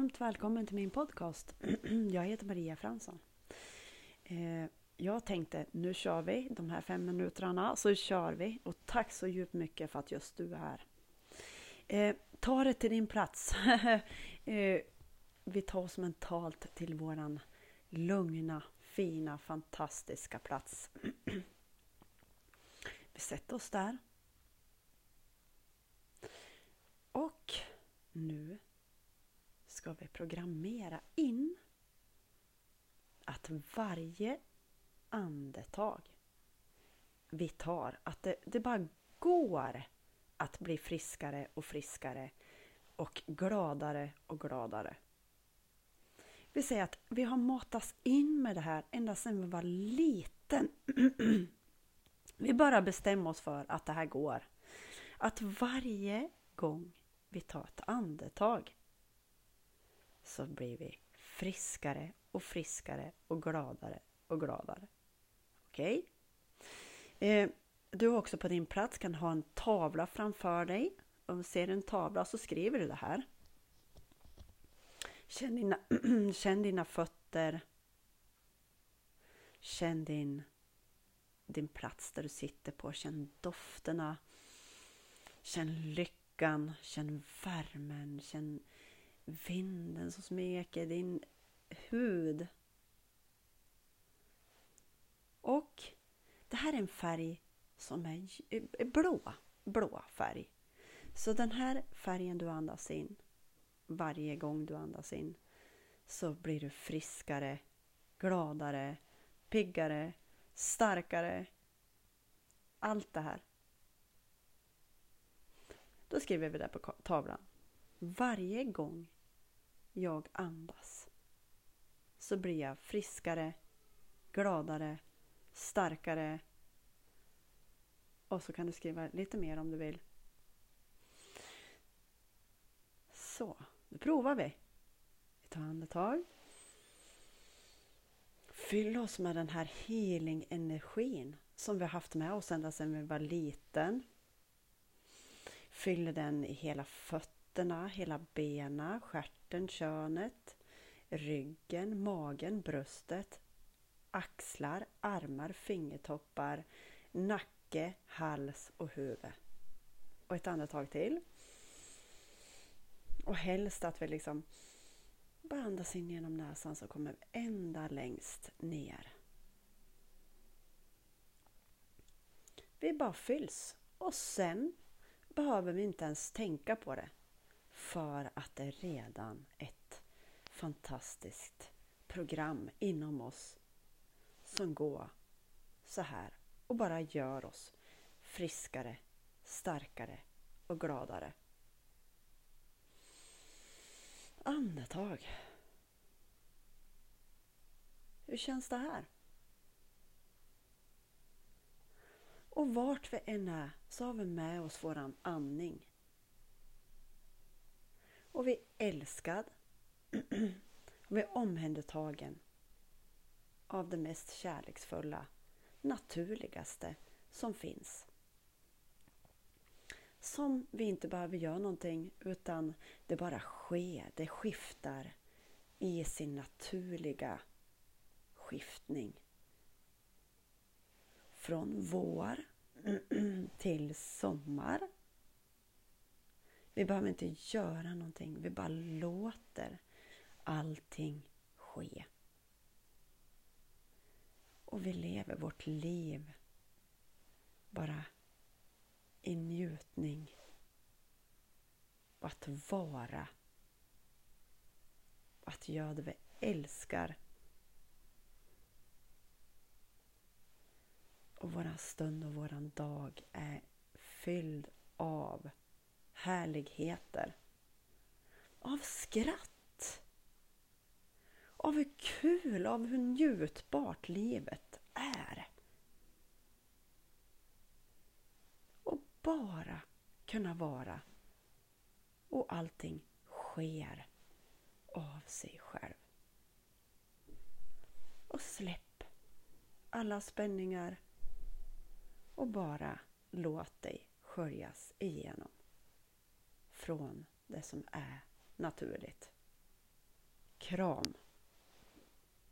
Varmt välkommen till min podcast. Jag heter Maria Fransson. Jag tänkte, nu kör vi de här 5 minuterna, så kör vi. Och tack så djupt mycket för att just du är här. Ta det till din plats. Vi tar oss mentalt till våran lugna, fina, fantastiska plats. Vi sätter oss där. Och nu ska vi programmera in att varje andetag vi tar, att det bara går att bli friskare och friskare och gladare och gladare. Vi säger att vi har matats in med det här ända sedan vi var liten. Vi bara bestämmer oss för att det här går. Att varje gång vi tar ett andetag så blir vi friskare och friskare och gladare och gladare. Okej? Du också på din plats kan ha en tavla framför dig. Om du ser en tavla så skriver du det här. Känn dina fötter. Känn din plats där du sitter på. Känn dofterna. Känn lyckan. Känn värmen. Känn vinden som smeker din hud. Och det här är en färg som är blå färg. Så den här färgen du andas in, varje gång du andas in, så blir du friskare, gladare, piggare, starkare. Allt det här. Då skriver vi det på tavlan. Varje gång jag andas så blir jag friskare, gladare, starkare. Och så kan du skriva lite mer om du vill. Så, nu provar vi. Vi tar andetag. Fyll oss med den här healing-energin som vi har haft med oss ända sedan vi var liten. Fyll den i hela fötterna, hela benen, stjärten, könet, ryggen, magen, bröstet, axlar, armar, fingertoppar, nacke, hals och huvud. Och ett andetag till. Och helst att vi liksom bara andas in genom näsan så kommer vi ända längst ner. Vi bara fylls. Och sen behöver vi inte ens tänka på det. För att det är redan ett fantastiskt program inom oss som går så här och bara gör oss friskare, starkare och gladare. Andetag. Hur känns det här? Och vart vi än är så har vi med oss våran andning. Och vi är älskad. Och vi är omhändertagen av det mest kärleksfulla, naturligaste som finns. Som vi inte behöver göra någonting utan det bara sker, det skiftar i sin naturliga skiftning. Från vår till sommar. Vi behöver inte göra någonting, vi bara låter allting ske. Och vi lever vårt liv bara i njutning och att vara, att göra det vi älskar. Och våran stund och våran dag är fylld av härligheter, av skratt, av hur kul, av hur njutbart livet är. Och bara kunna vara. Och allting sker av sig själv. Och släpp alla spänningar och bara låt dig sköljas igenom från det som är naturligt. kram.